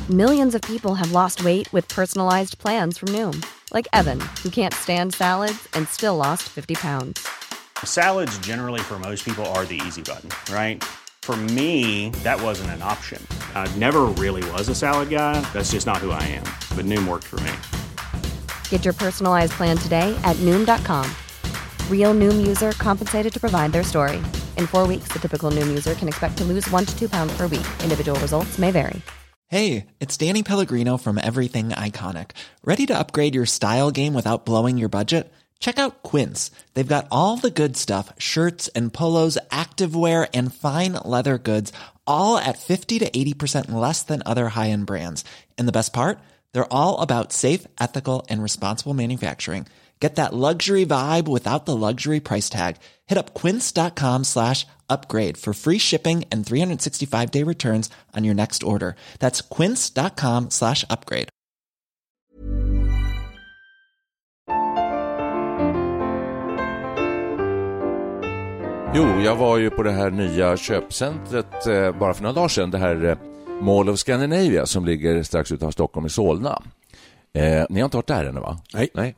Millions of people have lost weight with personalized plans from Noom. Like Evan, who can't stand salads and still lost 50 pounds. Salads generally for most people are the easy button, right? For me, that wasn't an option. I never really was a salad guy. That's just not who I am. But Noom worked for me. Get your personalized plan today at Noom.com. Real Noom user compensated to provide their story. In 4 weeks, the typical Noom user can expect to lose 1 to 2 pounds per week. Individual results may vary. Hey, it's Danny Pellegrino from Everything Iconic. Ready to upgrade your style game without blowing your budget? Check out Quince. They've got all the good stuff, shirts and polos, activewear, and fine leather goods, all at 50 to 80% less than other high-end brands. And the best part? They're all about safe, ethical, and responsible manufacturing. Get that luxury vibe without the luxury price tag. Hit up quince.com/upgrade for free shipping and 365-day returns on your next order. That's quince.com/upgrade. Jo, jag var ju på det här nya köpcentret bara för några dagar sedan. Det här Mall of Scandinavia som ligger strax utanför Stockholm i Solna. Ni har inte varit där ännu, va? Nej.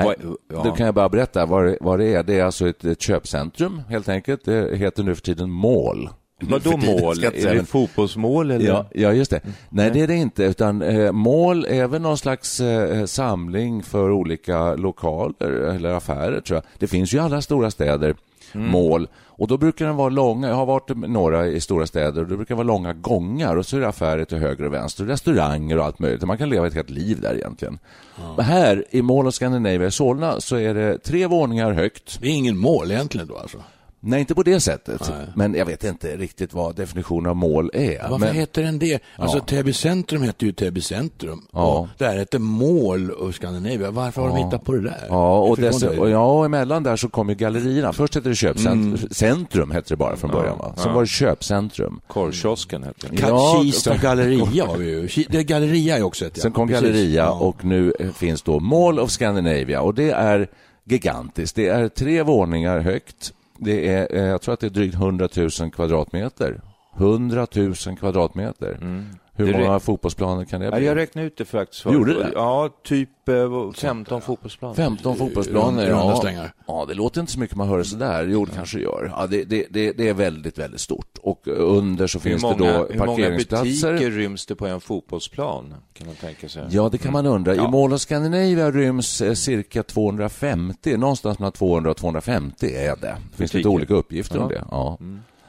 Då kan jag bara berätta vad det är. Det är alltså ett köpcentrum helt enkelt. Det heter nu för tiden Mall. Vadå mål? Är det fotbollsmål? Eller? Ja, just det. Nej, det är det inte. Utan mål är väl någon slags samling för olika lokaler eller affärer, tror jag. Det finns ju i alla stora städer mål. Och då brukar den vara långa. Jag har varit några i stora städer och det brukar vara långa gångar. Och så är det affärer till höger och vänster. Restauranger och allt möjligt. Man kan leva ett helt liv där egentligen. Men här i Mall of Scandinavia i Solna så är det 3 våningar högt. Det är ingen mål egentligen då alltså? Nej, inte på det sättet. Nej. Men jag vet inte riktigt vad definitionen av mål är. Varför heter den det? Alltså Täby centrum heter ju Täby centrum. Ja. Och där heter Mall of Scandinavia. Varför har de hittat på det där? Ja, och emellan där så kom ju gallerierna. Först hette det köpcentrum hette det bara från början, va? Sen var det köpcentrum. Korvkiosken hette det. Kista galleria har vi ju. Det galleria är också ett. Sen kom galleria och nu finns då Mall of Scandinavia och det är gigantiskt. Det är 3 våningar högt. Det är, jag tror att det är drygt 100 000 kvadratmeter. 100 000 kvadratmeter. Hur många fotbollsplaner kan det bli? Jag räknade ut det faktiskt. Gjorde det? Ja, typ 15 fotbollsplaner. 15 fotbollsplaner, ja, det låter inte så mycket man hör så där. Jo, det kanske gör. Ja, det är väldigt, väldigt stort. Och under så finns det då parkeringsplatser. Hur många butiker ryms det på en fotbollsplan? Kan man tänka sig? Ja, det kan man undra. I Mall of Scandinavia ryms cirka 250. Någonstans mellan 200 och 250 är det. Det finns lite olika uppgifter om det. Ja.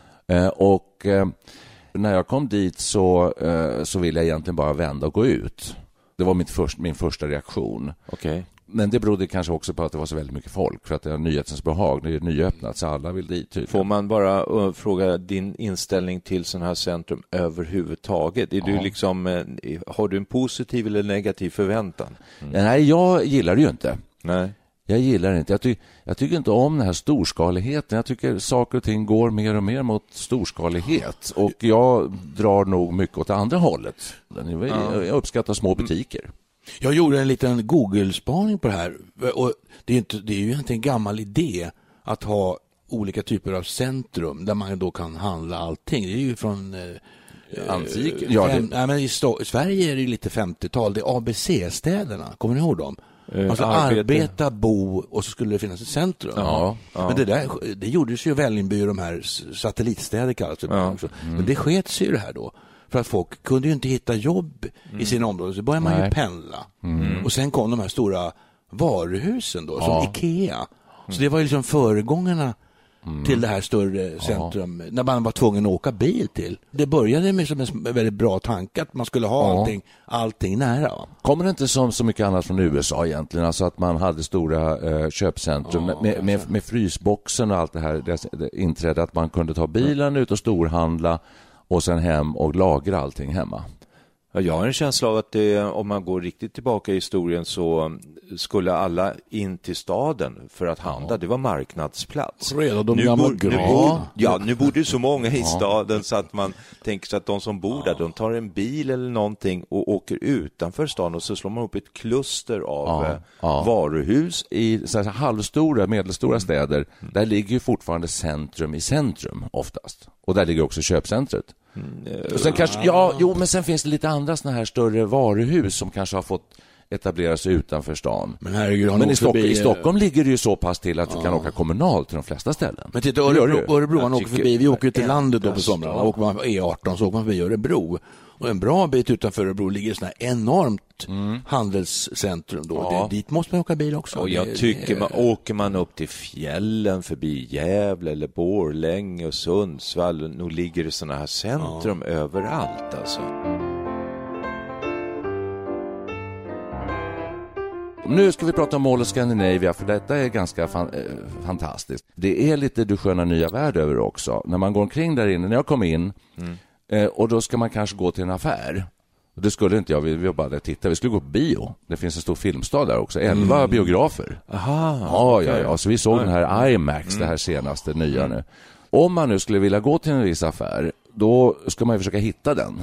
Och när jag kom dit så ville jag egentligen bara vända och gå ut. Det var min första reaktion. Okay. Men det berodde kanske också på att det var så väldigt mycket folk. För att det är nyhetens behag. Det är nyöppnat så alla vill dit. Tydligen. Får man bara fråga din inställning till sådana här centrum överhuvudtaget? Är du liksom, har du en positiv eller negativ förväntan? Nej, jag gillar det ju inte. Nej. Jag gillar det inte. Jag tycker inte om den här storskaligheten. Jag tycker saker och ting går mer och mer mot storskalighet. Och jag drar nog mycket åt andra hållet. Jag uppskattar små butiker. Jag gjorde en liten Google-spaning på det här. Och det är ju egentligen en gammal idé att ha olika typer av centrum där man då kan handla allting. Det är ju från antik. Men i Sverige är det lite 50-tal. Det är ABC-städerna. Kommer ni ihåg dem? Alltså arbeta, bo och så skulle det finnas ett centrum. Men det gjordes ju Vällingby och de här satellitstäder kallas det också. Men det skets ju det här då. För att folk kunde ju inte hitta jobb i sina områden. Så började man ju pendla. Och sen kom de här stora varuhusen då, som Ikea. Så det var ju liksom föregångarna till det här större centrum när man var tvungen att åka bil till. Det började med som en väldigt bra tanke att man skulle ha allting nära. Kommer det inte som så mycket annat från USA egentligen? Alltså att man hade stora köpcentrum med frysboxen och allt det här. Det inträdde att man kunde ta bilen ut och storhandla och sen hem och lagra allting hemma. Jag har en känsla av att om man går riktigt tillbaka i historien så skulle alla in till staden för att handla. Det var marknadsplats. Nu bor det så många i staden så att man tänker sig att de som bor där, de tar en bil eller någonting och åker utanför staden och så slår man upp ett kluster av varuhus. I så här halvstora, medelstora städer, där ligger ju fortfarande centrum i centrum oftast. Och där ligger också köpcentret. Och sen kanske, men sen finns det lite andra såna här större varuhus som kanske har fått etablera sig utanför stan. Men i Stockholm ligger det ju så pass till att du kan åka kommunalt till de flesta ställen. Men titta, Örebro man åker förbi. Vi åker ju till landet då på somrarna. Åker man på E18 så åker man förbi Örebro. Och en bra bit utanför Örebro ligger sån här enormt handelscentrum då. Ja. Dit måste man åka bil också. Och jag tycker åker man upp till fjällen förbi Gävle eller Borlänge och Sundsvall, nu ligger det såna här centrum överallt alltså. Nu ska vi prata om Mall of Scandinavia, för detta är ganska fantastiskt. Det är lite Du sköna nya värld över också. När man går omkring där inne, när jag kom in och då ska man kanske gå till en affär. Det skulle inte jag, vi bara där titta. Vi skulle gå på bio. Det finns en stor filmstad där också, 11 biografer. Aha, ja, så vi såg den här IMAX, det här senaste nya nu. Om man nu skulle vilja gå till en viss affär, då ska man ju försöka hitta den.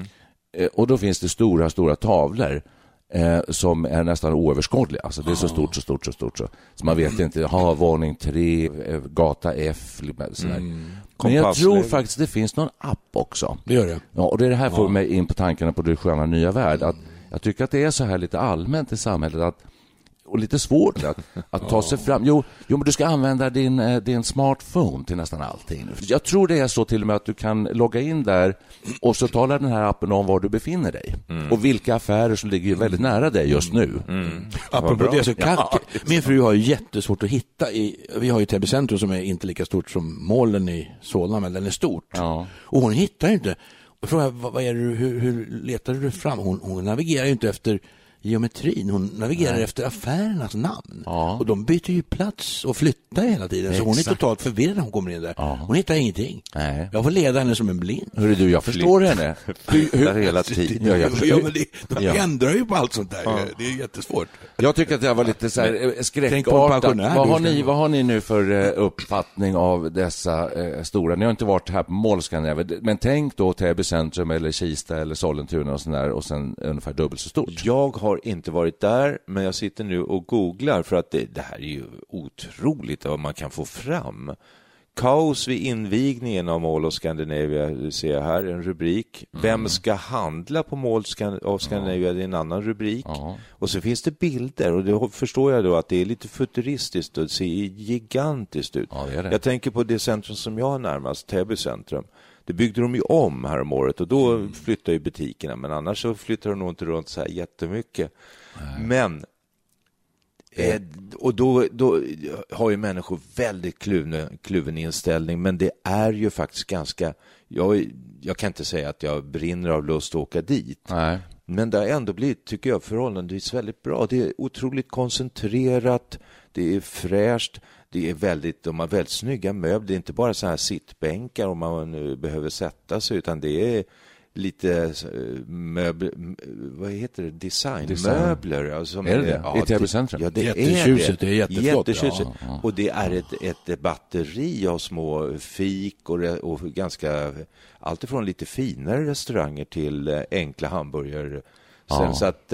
Och då finns det stora tavlor som är nästan oöverskådliga. Alltså det är så stort så man vet inte, våning 3, gata F sådär. Men jag tror faktiskt det finns någon app också. Det gör det. Ja, och det är det här får mig in på tankarna på Du sköna nya värld. Att jag tycker att det är så här lite allmänt i samhället och lite svårt att ta sig fram. Jo, men du ska använda din smartphone till nästan allting. Jag tror det är så till och med att du kan logga in där och så talar den här appen om var du befinner dig. Och vilka affärer som ligger väldigt nära dig just nu. Apropå det, så min fru har ju jättesvårt att hitta vi har ju Täby centrum som är inte lika stort som Målen i Solna, men den är stort. Ja. Och hon hittar inte. Och frågar, vad är det, hur letar du fram? Hon navigerar ju inte efter geometrin, hon navigerar efter affärernas namn. Och de byter ju plats och flyttar hela tiden. Så hon är totalt förvirrad när hon kommer in där. Hon hittar ingenting. Nej. Jag får leda henne som en blind. Hörru du, jag förstår henne. Hur hela tiden. Men de ändrar ju på allt sånt där. Det är jättesvårt. Jag tycker att jag var lite så här skräckartat. Vad har ni nu för uppfattning av dessa stora? Ni har inte varit här på Mall of Scandinavia, men tänk då Täby centrum eller Kista eller Sollentuna och sån där, och sen ungefär dubbelt så stort. Jag har inte varit där, men jag sitter nu och googlar för att det här är ju otroligt vad man kan få fram. Kaos vid invigningen av Mall of Scandinavia, det ser jag här, en rubrik. Vem ska handla på Mall of Scandinavia, det är en annan rubrik. Och så finns det bilder, och då förstår jag då att det är lite futuristiskt och det ser gigantiskt ut. Ja, det är det. Jag tänker på det centrum som jag har närmast, Täby centrum. Det byggde de ju om här om året och då flyttar ju butikerna, men annars så flyttar de nog inte runt så här jättemycket. Men och då har ju människor väldigt kluven inställning, men det är ju faktiskt ganska, jag kan inte säga att jag brinner av lust att åka dit. Nej. Men det har ändå blivit, tycker jag, förhållandevis väldigt bra. Det är otroligt koncentrerat, det är fräscht, det är de har väldigt snygga möbler. Det är inte bara så här sittbänkar om man behöver sätta sig, utan det är lite möbler, vad heter det? Designmöbler. Alltså, är det? I Täby centrum? Ja, det jättetjusigt, det är jätteflott. Ja. Och det är ett batteri av små fik och ganska, allt ifrån lite finare restauranger till enkla hamburgare. Sen så att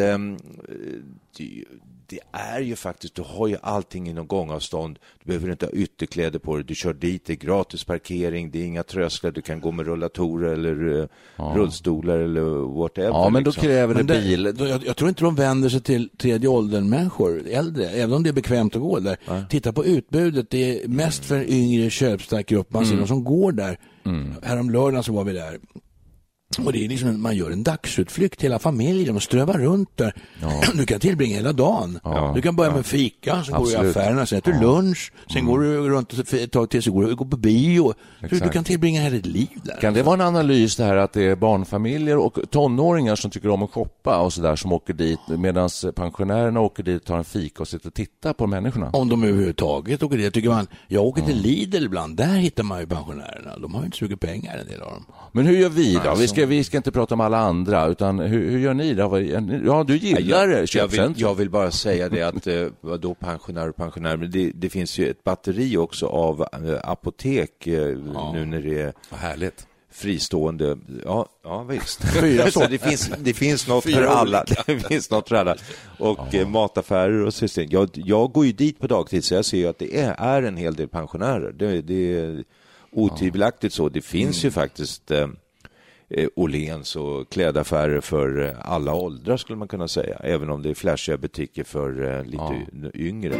det är ju faktiskt, du har ju allting inom gångavstånd. Du behöver inte ha ytterkläder på dig. Du kör dit, det är gratis parkering, det är inga trösklar, du kan gå med rullatorer eller rullstolar eller whatever. Ja, men då kräver det bil. Jag tror inte de vänder sig till tredje åldern människor, äldre, även om det är bekvämt att gå där. Titta på utbudet, det är mest för en yngre köpstark grupp. Man ser de som går där. Härom lördagen så var vi där. Och det är liksom, man gör en dagsutflykt, hela familjen, och strövar runt där. Du kan tillbringa hela dagen. Du kan börja med fika, sen går du i affärerna, sen äter du lunch, sen går du runt ett tag till, så går du på bio. Du kan tillbringa hela ditt liv där. Kan det vara en analys det här att det är barnfamiljer och tonåringar som tycker om att shoppa och sådär som åker dit, medan pensionärerna åker dit, tar en fika och sitter och tittar på människorna? Om de överhuvudtaget åker dit, tycker man. Jag åker till Lidl ibland, där hittar man ju pensionärerna. De har ju inte så mycket pengar, en del av dem. Men hur gör vi då? Vi ska inte prata om alla andra, utan hur gör ni då? Ja, du gillar köpcentrum. Jag vill bara säga det att vadå pensionär, men det finns ju ett batteri också av apotek nu när det är härligt fristående. Ja visst. Så det finns något för alla. Det finns något för alla. Och mataffärer och system. Jag går ju dit på dagtid, så jag ser ju att det är en hel del pensionärer. Det är otvivelaktigt så. Det finns ju faktiskt Åhléns och klädaffärer för alla åldrar skulle man kunna säga, även om det är flashiga butiker för lite yngre.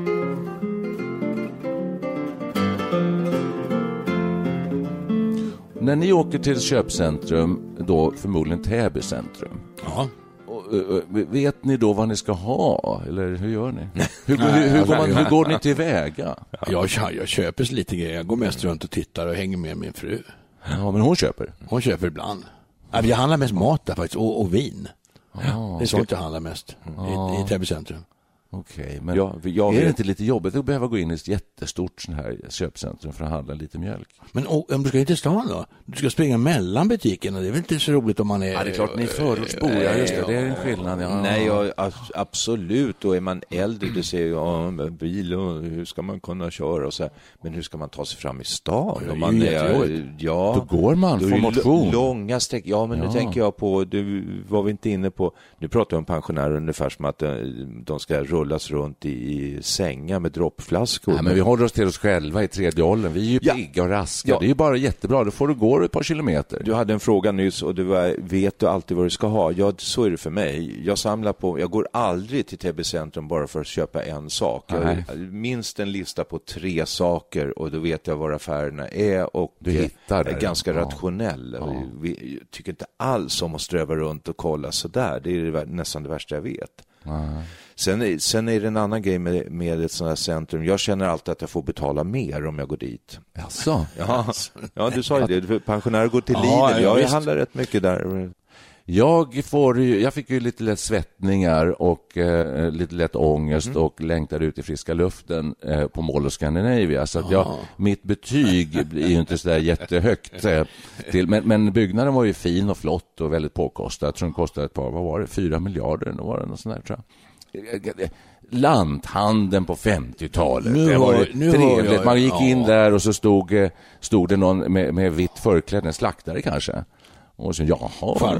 När ni åker till köpcentrum, då förmodligen Täby centrum. Ja. Vet ni då vad ni ska ha? Eller hur gör ni? Hur går ni tillväga? Jag köper så lite grejer. Jag går mest runt och tittar och hänger med min fru. Ja, men hon köper? Hon köper ibland. Jag handlar mest mat där faktiskt, och vin. Det är sånt jag handlar mest i Täby centrum. Okej, men är det inte lite jobbigt att behöva gå in i ett jättestort sån här köpcentrum för att handla lite mjölk? Men om du ska inte till stan då? Du ska springa mellan butikerna. Det är väl inte så roligt om man är... Ja, det är klart, ni är förortsbor. Ja, just det. Det är en skillnad. Ja. Nej, absolut. Då är man äldre. Du ser bil och hur ska man kunna köra och så här. Men hur ska man ta sig fram i stan? Om man då går man för motion. Långa sträck. Ja, men nu tänker jag på... Du var vi inte inne på... Nu pratar jag om pensionärer ungefär som att de ska rullas runt i sängar med droppflaskor. Nej, men vi håller oss till oss själva i tredje åldern. Vi är ju pigga och raska. Ja. Det är ju bara jättebra. Då får du gå ett par kilometer. Du hade en fråga nyss och vet du alltid vad du ska ha? Ja, så är det för mig. Jag går aldrig till Täby centrum bara för att köpa en sak. Jag har minst en lista på 3 saker och då vet jag var affärerna är och du hittar är ganska rationell. Ja. Jag tycker inte alls om att ströva runt och kolla sådär. Det är nästan det värsta jag vet. Sen är det en annan grej med ett sådant här centrum. Jag känner alltid att jag får betala mer om jag går dit. Jaså? Ja, du sa ju det. Pensionärer går till Lidl. Jag handlar rätt mycket där. Jag fick ju lite lätt svettningar och lite lätt ångest och längtade ut i friska luften på Mall of Scandinavia. Så att mitt betyg är ju inte så där jättehögt. Men byggnaden var ju fin och flott och väldigt påkostad. Jag tror den kostade ett par, 4 miljarder? Nu var det något sånt där, tror jag. Lanthandeln på 50-talet. Det var trevligt. Man gick in där och så stod det någon med vitt förklädd, en slaktare kanske. Och så,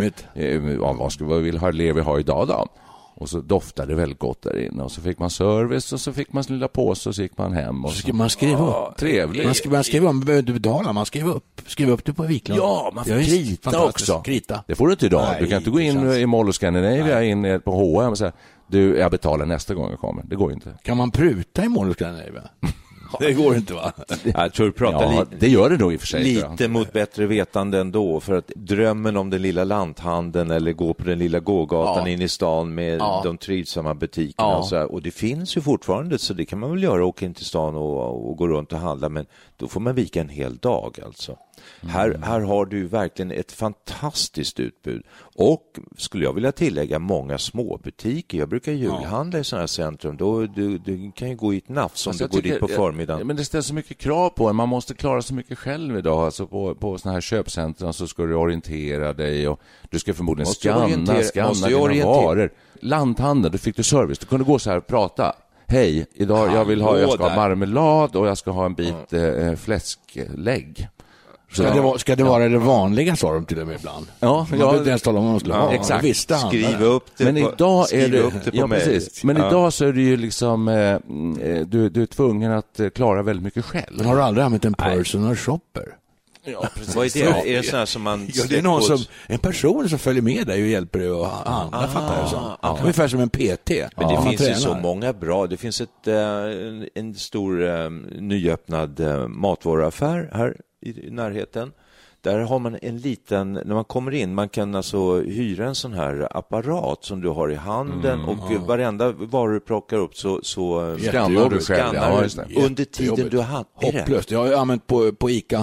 vad vill Harlevi ha idag då? Och så doftade det väldigt gott där inne. Och så fick man service och så fick man sin lilla påse och så gick man hem. Och så. Man skrev upp. Trevligt. Man skrev upp, man behöver inte betala. Man skrev upp det på Wiklund. Ja, man får krita också. Det får du inte idag. Du kan inte gå in i Mall of Scandinavia in på H&M och säga jag betalar nästa gång jag kommer. Det går inte. Kan man pruta i Mall of Scandinavia? Det går inte, va? Jag tror du pratar det gör det nog i och för sig. Lite mot bättre vetande ändå. För att drömmen om den lilla lanthandeln eller gå på den lilla gågatan in i stan med de trivsamma butikerna och så här. Och det finns ju fortfarande, så det kan man väl göra, åka in till stan och gå runt och handla. Men då får man vika en hel dag alltså. Här har du verkligen ett fantastiskt utbud. Och skulle jag vilja tillägga många småbutiker. Jag brukar julhandla i sådana här centrum. Du kan ju gå i ett nafs om du går dit på förmiddagen. Men det ställs så mycket krav på en. Man måste klara så mycket själv idag. Alltså på sådana här köpcentrum så ska du orientera dig och du ska förmodligen skanna dina varor. Lanthandeln, då fick du service. Du kunde gå så här och prata. Hej, idag jag ska ha marmelad och jag ska ha en bit fläsklägg. Ska det vara det vanliga, sa de till och med ibland. Ja, man behövde ens tala om vad man skulle ha. Exakt. Skriva upp det. Men idag är det precis. Men idag så är det ju liksom du är tvungen att klara väldigt mycket själv. Men har du aldrig använt en personal shopper? Ja, precis. Vad är det? Är det sån här som man... Ja, det är någon en person som följer med dig och hjälper dig att handla, fattar jag så. Ungefär som en PT. Men det finns ju så många bra. Det finns en stor nyöppnad matvaruaffär här i närheten. Där har man en liten, när man kommer in, man kan alltså hyra en sån här apparat som du har i handen och varenda varu du plockar upp så skannar du själv under tiden du har hopplöst. Jag har använt på ICA.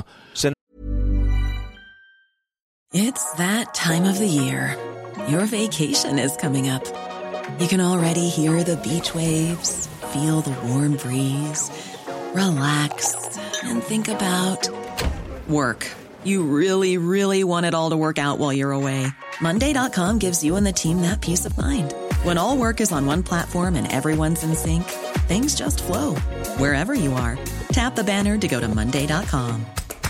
It's that time of the year. Your vacation is coming up. You can already hear the beach waves, feel the warm breeze, relax and think about work. You really, really want it all to work out while you're away. Monday.com gives you and the team that peace of mind. When all work is on one platform and everyone's in sync, things just flow. Wherever you are, tap the banner to go to Monday.com.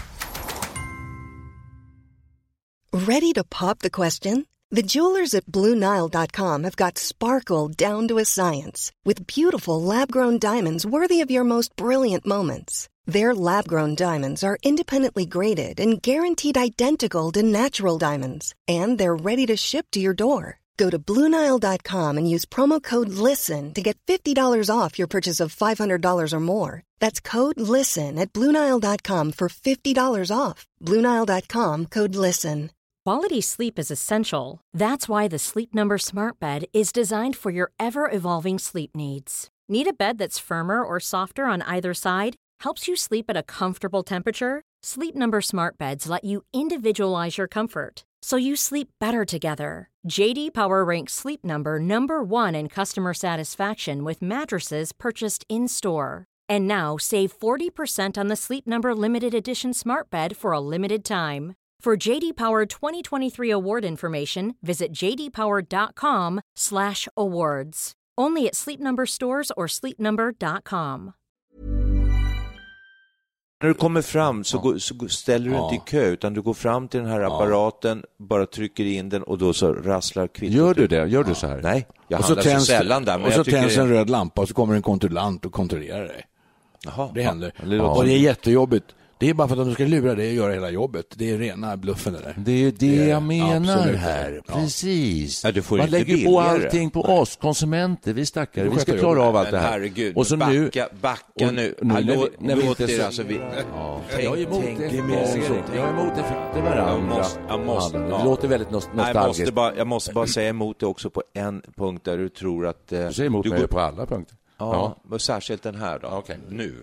Ready to pop the question? The jewelers at BlueNile.com have got sparkle down to a science with beautiful lab-grown diamonds worthy of your most brilliant moments. Their lab-grown diamonds are independently graded and guaranteed identical to natural diamonds. And they're ready to ship to your door. Go to BlueNile.com and use promo code LISTEN to get $50 off your purchase of $500 or more. That's code LISTEN at BlueNile.com for $50 off. BlueNile.com, code LISTEN. Quality sleep is essential. That's why the Sleep Number Smart Bed is designed for your ever-evolving sleep needs. Need a bed that's firmer or softer on either side? Helps you sleep at a comfortable temperature? Sleep Number Smart Beds let you individualize your comfort, so you sleep better together. J.D. Power ranks Sleep Number number 1 in customer satisfaction with mattresses purchased in-store. And now, save 40% on the Sleep Number Limited Edition Smart Bed for a limited time. For J.D. Power 2023 award information, visit jdpower.com/awards. Only at Sleep Number stores or sleepnumber.com. När du kommer fram så ställer du inte i kö, utan du går fram till den här apparaten, bara trycker in den och då så rasslar kvittot. Gör du det? Gör du så här? Nej, jag handlar så sällan där. Men och så tänds en röd lampa och så kommer en kontrollant och kontrollerar dig. Jaha, det händer. Och det är jättejobbigt. Det är bara för att de ska lura dig och göra hela jobbet. Det är rena bluffen det där. Det är ju det jag menar här. Precis. Ja, man lägger på allting på oss konsumenter. Vi stackare. Vi ska klara av allt det här. Herregud, och så backa nu. När vi inte så... alltså vi... Jag är emot effekter varandra. Det låter väldigt nostalgiskt. Jag måste bara säga emot det också på en punkt där du tror att... Du säger emot mig på alla punkter. Ja, och särskilt den här då. Okay. Nu.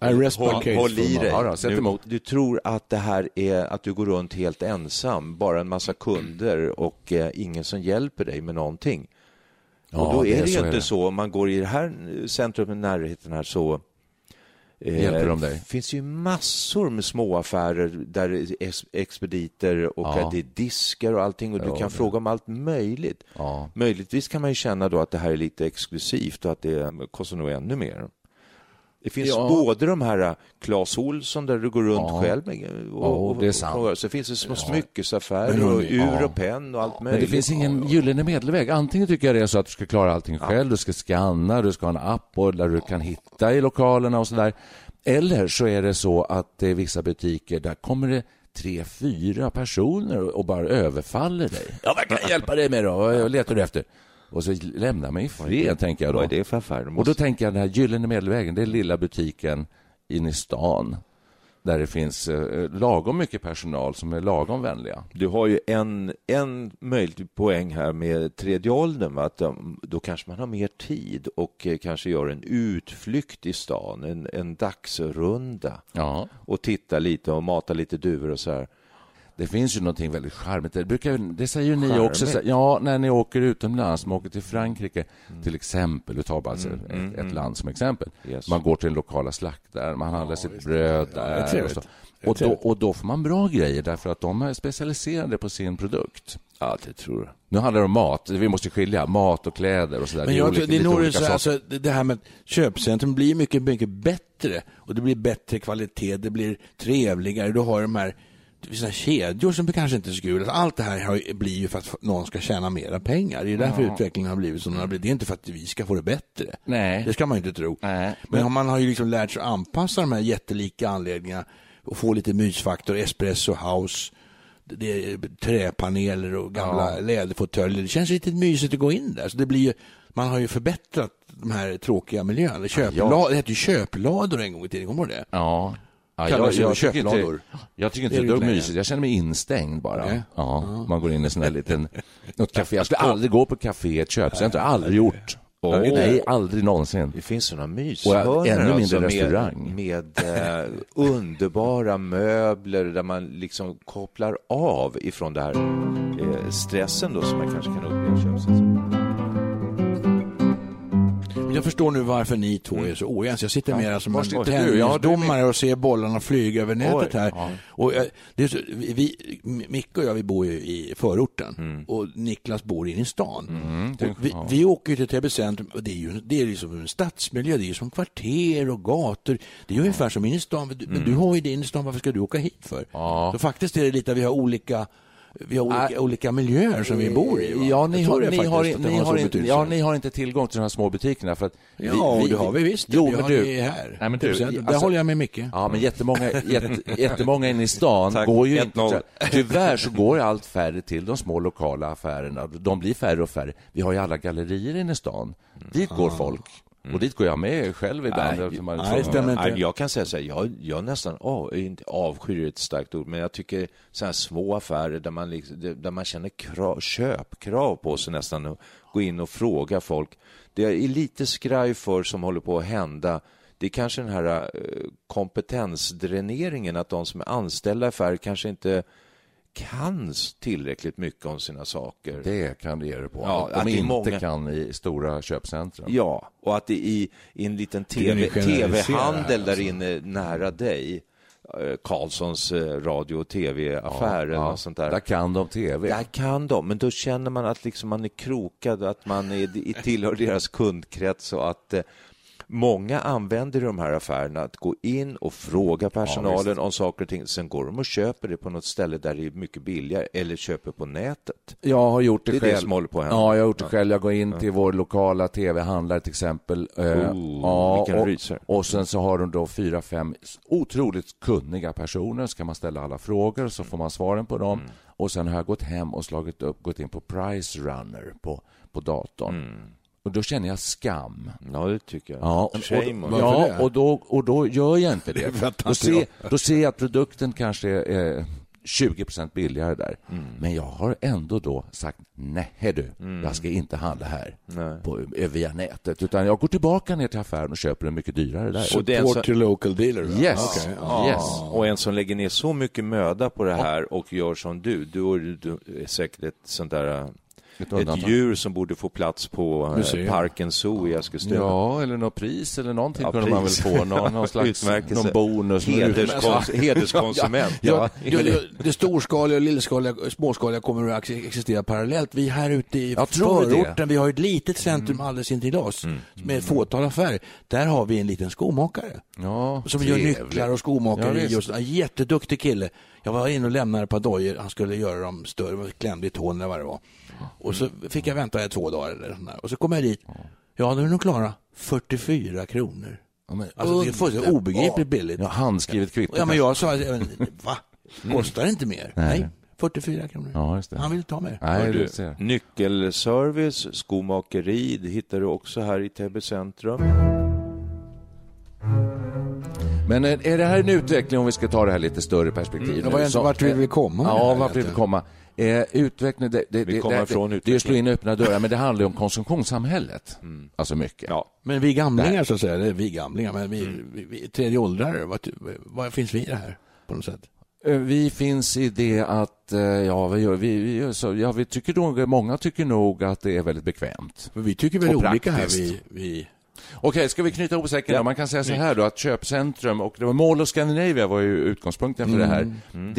Håll i dig. Ja, då, du tror att det här är att du går runt helt ensam, bara en massa kunder och ingen som hjälper dig med någonting. Och då är det ju inte så. Om man går i det här centrum i närheten här så hjälper de dig. Finns ju massor med små affärer där det är expediter och att det är diskar och allting och du kan fråga om allt möjligt. Ja. Möjligtvis kan man ju känna då att det här är lite exklusivt och att det kostar nog ännu mer. Det finns både de här Clas Ohlson där du går runt själv och det är sant. Så finns det små smyckesaffärer och ur och penn och allt möjligt. Men det finns ingen gyllene medelväg. Antingen tycker jag det är så att du ska klara allting själv, du ska scanna, du ska ha en app där du kan hitta i lokalerna och sådär. Eller så är det så att det är vissa butiker där kommer det 3-4 personer och bara överfaller dig. Ja, vad kan jag hjälpa dig med då? Vad letar du efter? Och så lämnar mig i fred, tänker jag då. Vad är det för affär? Och då tänker jag den här gyllene medelvägen, det är lilla butiken inne i stan där det finns lagom mycket personal som är lagom vänliga. Du har ju en möjlig poäng här med tredje åldern, att då kanske man har mer tid och kanske gör en utflykt i stan, en dagsrunda och titta lite och mata lite duvor och så här. Det finns ju någonting väldigt charmigt. Det säger ju ni också. Ja, när ni åker utomlands, man åker till Frankrike till exempel, du tar bara ett land som exempel. Yes. Man går till den lokala slaktaren, man handlar sitt bröd där och då får man bra grejer därför att de är specialiserade på sin produkt. Ja, det tror jag. Nu handlar det om mat. Vi måste skilja mat och kläder och sådär. Men det här med köpcentrum blir mycket, mycket bättre och det blir bättre kvalitet, det blir trevligare. Du har de här vissa kedjor som kanske inte är så kul. Allt det här blir ju för att någon ska tjäna mera pengar. Det är därför utvecklingen har blivit som den har blivit. Det är inte för att vi ska få det bättre. Nej. Det ska man inte tro. Nej. Men man har ju liksom lärt sig att anpassa de här jättelika anläggningarna och få lite mysfaktor, espresso house, det är träpaneler och gamla läderfåtöljer. Det känns lite mysigt att gå in där. Så det blir ju, man har ju förbättrat de här tråkiga miljöerna. Det heter ju köplador en gång i tiden, kommer det? Ja. Jag tycker inte det är dugg mysigt. Jag känner mig instängd bara. Okay. Man går in i sån här något café. Jag skulle aldrig gå på café, ett köpcentrum. Aldrig gjort. Nej, aldrig någonsin. Det finns såna myshörnor, ännu mindre restaurang med underbara möbler där man liksom kopplar av ifrån det här stressen då som man kanske kan uppleva köpcentrum. Jag förstår nu varför ni två är så oense. Jag sitter mer som en tennisdomare och ser bollarna flyga över nätet här. Ja. Och det är så, Micke och jag, vi bor ju i förorten och Niklas bor inne i stan. Vi åker ju till Täby centrum och det är liksom en stadsmiljö, det är ju som kvarter och gator. Det är ju ungefär som inne i stan. Men du har ju det inne i stan, varför ska du åka hit för? Ja. Så faktiskt är det lite att vi har olika vi har olika miljöer som vi bor i. Va? Ja, ni har inte tillgång till de här små butikerna. För att det har vi visst. Jo, vi men har du, det här. Nej, men där håller jag med mycket. Ja, men jättemånga inne i stan går ju inte. Tyvärr så går allt färre till de små lokala affärerna. De blir färre och färre. Vi har ju alla gallerier inne i stan. Dit går folk. Och dit går jag med själv ibland. Jag kan säga så här, jag nästan inte avskyr ett starkt ord, men jag tycker så här små affärer där man känner köpkrav på sig nästan, att gå in och fråga folk. Det är lite skraj för som håller på att hända. Det är kanske den här kompetensdräneringen, att de som är anställda i affärer kanske inte kan tillräckligt mycket om sina saker. Det kan det ge det på. Ja, att de inte kan i stora köpcentrum. Ja, och att det i en liten tv-handel där inne nära dig, Carlssons radio- och tv-affär eller något sånt där. Där kan de tv. Där kan de, men då känner man att liksom man är krokad, att man tillhör deras kundkrets, och att många använder de här affärerna att gå in och fråga personalen om saker och ting. Sen går de och köper det på något ställe där det är mycket billigare, eller köper på nätet. Jag har gjort det själv. Det är det som håller på att hända. Ja, jag har gjort det själv. Jag går in till vår lokala tv-handlare till exempel. Och sen så har de då 4-5 otroligt kunniga personer. Så kan man ställa alla frågor, så får man svaren på dem. Och sen har jag gått hem och gått in på Price Runner på datorn. Och då känner jag skam. Ja, det tycker jag. Och då gör jag inte det. Då ser jag att produkten kanske är 20% billigare där. Men jag har ändå då sagt, nej du, jag ska inte handla här via nätet. Utan jag går tillbaka ner till affären och köper en mycket dyrare där. Support to local dealer. Yes. Okay. Yes. Och en som lägger ner så mycket möda på det här och gör som du är säkert ett sånt där... Ett djur som borde få plats på Parken Zoo i Eskilstuna. Ja, eller något pris eller någonting kunde man väl få. Någon slags någon bonus. Hederskonsument. Det storskaliga och lillskaliga, småskaliga kommer att existera parallellt. Vi här ute i förorten, vi har ett litet centrum alldeles intill oss med ett fåtal affärer. Där har vi en liten skomakare som gör nycklar och skomakare. En jätteduktig kille. Jag var inne och lämnade ett par dojor. Han skulle göra dem större, klämde i tån eller vad det var. Och så fick jag vänta 2 dagar eller sånt där. Och så kom jag dit. Ja, nu är de klara. 44 kronor. Alltså det är fullständigt obegripligt billigt. Ja, handskrivet kvitto. Ja, men jag sa, va? Kostar det inte mer? Nej. 44 kronor. Ja, just det. Han vill ta mer. Nej, nyckelservice, skomakeri, det hittar du också här i Täby centrum. Men är det här en utveckling, om vi ska ta det här lite större perspektiv? Vart vi vill komma? Ja, vart vi vill komma. Utveckling, det är slå in öppna dörrar, men det handlar ju om konsumtionssamhället. Alltså mycket. Ja. Men vi gamlingar så att säga, det är vi gamlingar, men vi tredje åldrar, vad finns vi i det här på något sätt? Vi finns i det att vi tycker nog, många tycker nog att det är väldigt bekvämt. Vi tycker väl olika här Okej, ska vi knyta ihop säcken? Ja. Man kan säga så här då, att köpcentrum och det var Mall of Scandinavia var ju utgångspunkten för det här.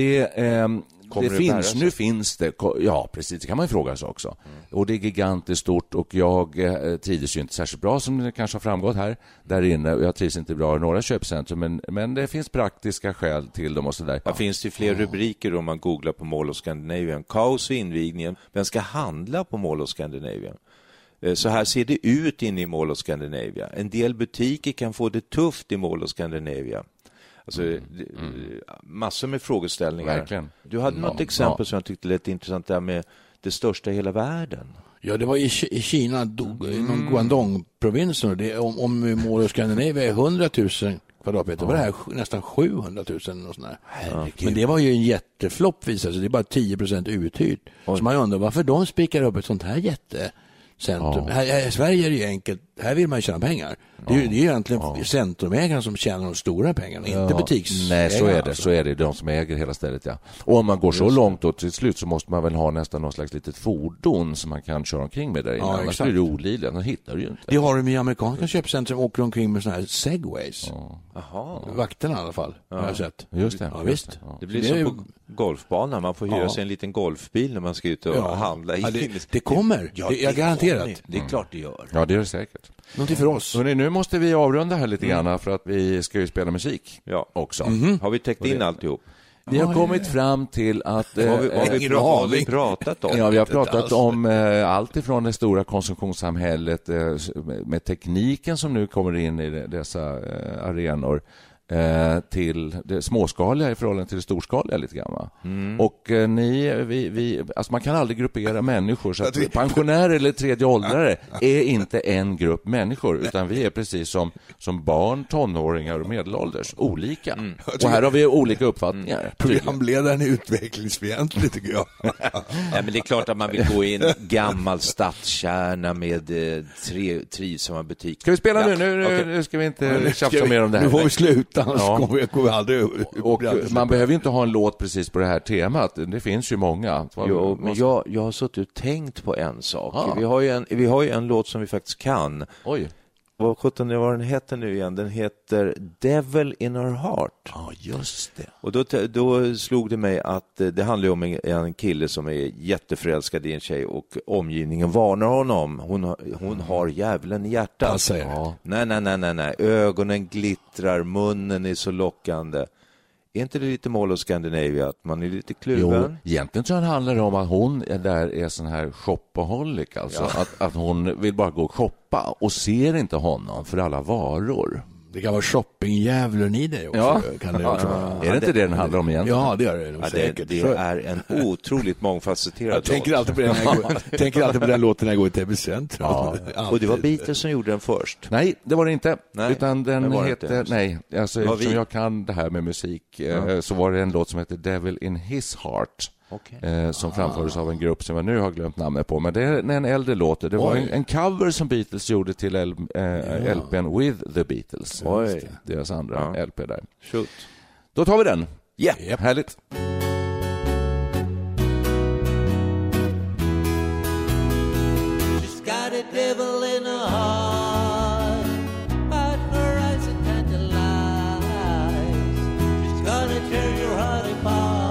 Nu finns det, ja precis, det kan man ju fråga sig också. Och det är gigantiskt stort, och jag trivs ju inte särskilt bra, som det kanske har framgått här där inne. Jag trivs inte bra i några köpcentrum, men det finns praktiska skäl till dem och sådär. Det finns ju fler rubriker om man googlar på Mall of Scandinavia. Kaos i invigningen, vem ska handla på Mall of Scandinavia? Så här ser det ut inne i Mall of Scandinavia. En del butiker kan få det tufft i Mall of Scandinavia. Alltså, massor med frågeställningar. Verkligen. Du hade något exempel som jag tyckte lät intressant där med det största i hela världen. Ja, det var i Kina, inom Guangdong-provinsen. Om Mall of Scandinavia är 100 000 kvadratmeter, var det här nästan 700 000 och sådär. Men det var ju en jätteflopp visade sig. Det är bara 10% uthyrt. Så man undrar varför de spikar upp ett sånt här centrum. Här i Sverige är det ju enkelt. Här vill man ju tjäna pengar. Det är ju egentligen centrumägarna som tjänar de stora pengarna, inte butiksägarna. Nej, så är det. De som äger hela stället, ja. Och om man går så långt då till slut så måste man väl ha nästan någon slags litet fordon som man kan köra omkring med där inne. Annars blir det olidligt. Man hittar det ju inte. Det har de i amerikanska köpcentrum, åker omkring med såna här segways. Vakterna i alla fall, har jag sett. Just det. Ja, visst. Det blir som på golfbanan. Man får hyra sig en liten golfbil när man ska ut och handla. Det kommer. Jag garanterat. Det är klart det gör. Ja, det är det säkert. Någonting för oss. Hörrni, nu måste vi avrunda här lite grann för att vi ska ju spela musik också. Har vi täckt in alltihop? Vi har kommit fram till att... Har vi pratat om? Ja, vi har pratat om allt ifrån det stora konsumtionssamhället med tekniken som nu kommer in i dessa arenor till det småskaliga i förhållande till det storskaliga lite grann. Och alltså man kan aldrig gruppera människor så att pensionärer eller tredje åldrare är inte en grupp människor, utan vi är precis som barn, tonåringar och medelålders, olika. Och här har vi olika uppfattningar. Programledaren är utvecklingsfientlig, tycker jag. Ja, men det är klart att man vill gå in gammal stadskärna med trivsamma butiker. Ska vi spela nu ska vi inte tjafsa mer om det här. Nu får vi sluta. Kommer vi aldrig och man behöver inte ha en låt precis på det här temat. Det finns ju många. Jo, men jag har suttit och tänkt på en sak. Vi har ju en låt som vi faktiskt kan. Oj. Vad den heter nu igen? Den heter Devil in Her Heart. Ja, just det. Och då slog det mig att det handlar om en kille som är jätteförälskad i en tjej och omgivningen varnar honom. Hon har djävulen i hjärtat. Ja. Nej. Ögonen glittrar, munnen är så lockande. Är inte det lite Mall of Scandinavia att man är lite kluven? Jo, egentligen tror jag det handlar om att hon är sån här shopaholic, alltså att hon vill bara gå och shoppa och ser inte honom för alla varor. Det kan vara shoppingjävlen i dig också. Ja. Kan det också vara. Är det inte det den handlar om egentligen? Ja, det gör det nog säkert. Det är en otroligt mångfacetterad låt. Jag tänker alltid på den låten när jag går i TV-centrum. Ja. Och det var Beatles som gjorde den först? Nej, det var det inte. Nej, utan den heter... Nej, alltså, eftersom jag kan det här med musik så var det en låt som heter Devil in His Heart. Som framfördes av en grupp som jag nu har glömt namnet på. Men det är en äldre låt. Det var en cover som Beatles gjorde till LPn With the Beatles. Deras andra LP där. Shoot. Då tar vi den. Yep. Härligt. She's got a devil in her heart, but her eyes are tantalized. She's gonna tear your heart apart.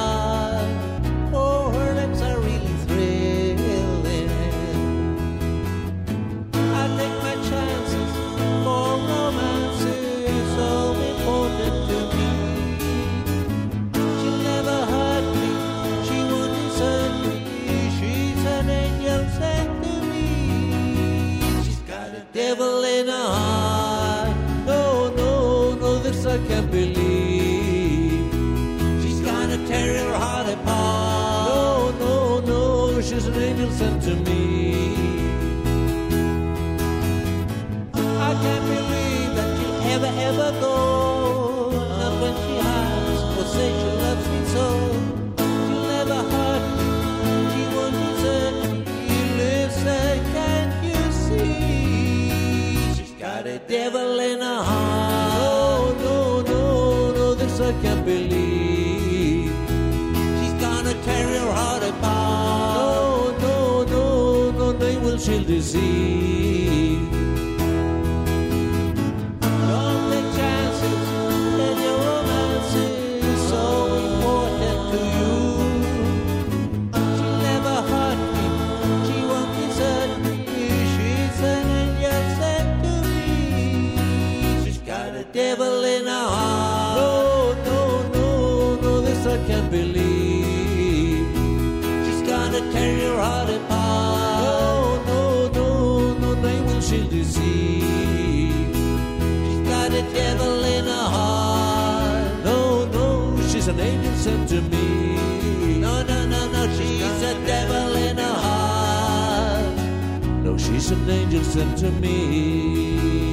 Devil in her heart. No, this I can't believe. She's gonna tear your heart apart. No, she's an angel sent to me. I can't believe that she'll ever go. Not when she hides or say she loves me so. She'll never hurt me. She won't desert me. Listen, can't you see? Got a devil in her heart. No, this I can't believe. She's gonna tear your heart apart. No, they will she'll deceive. Don't take chances, and your romance is so important to you. She'll never hurt me, she won't desert me. She's an angel sent. Devil in her heart. No, this I can't believe. She's gonna tear your heart apart. No, they will she'll deceive. She's got a devil in her heart. No, she's an angel sent to me. No, she's a devil in her heart. No, she's an angel sent to me.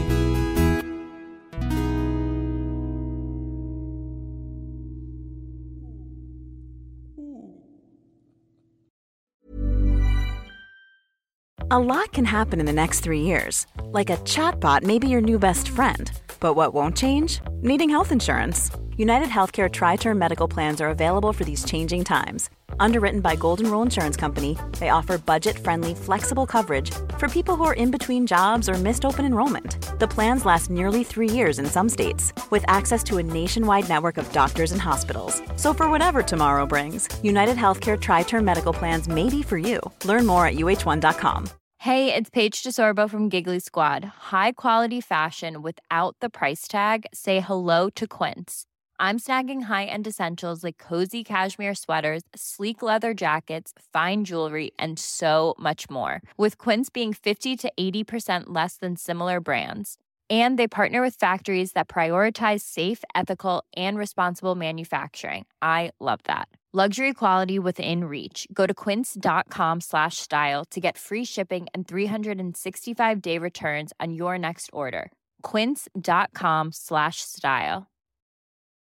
A lot can happen in the next 3 years. Like a chatbot may be your new best friend. But what won't change? Needing health insurance. United Healthcare Tri-Term Medical Plans are available for these changing times. Underwritten by Golden Rule Insurance Company, they offer budget-friendly, flexible coverage for people who are in between jobs or missed open enrollment. The plans last nearly 3 years in some states, with access to a nationwide network of doctors and hospitals. So for whatever tomorrow brings, United Healthcare Tri-Term Medical Plans may be for you. Learn more at uh1.com. Hey, it's Paige DeSorbo from Giggly Squad. High quality fashion without the price tag. Say hello to Quince. I'm snagging high-end essentials like cozy cashmere sweaters, sleek leather jackets, fine jewelry, and so much more. With Quince being 50 to 80% less than similar brands. And they partner with factories that prioritize safe, ethical, and responsible manufacturing. I love that. Luxury quality within reach. Go to quince.com/style to get free shipping and 365-day returns on your next order. Quince.com/style.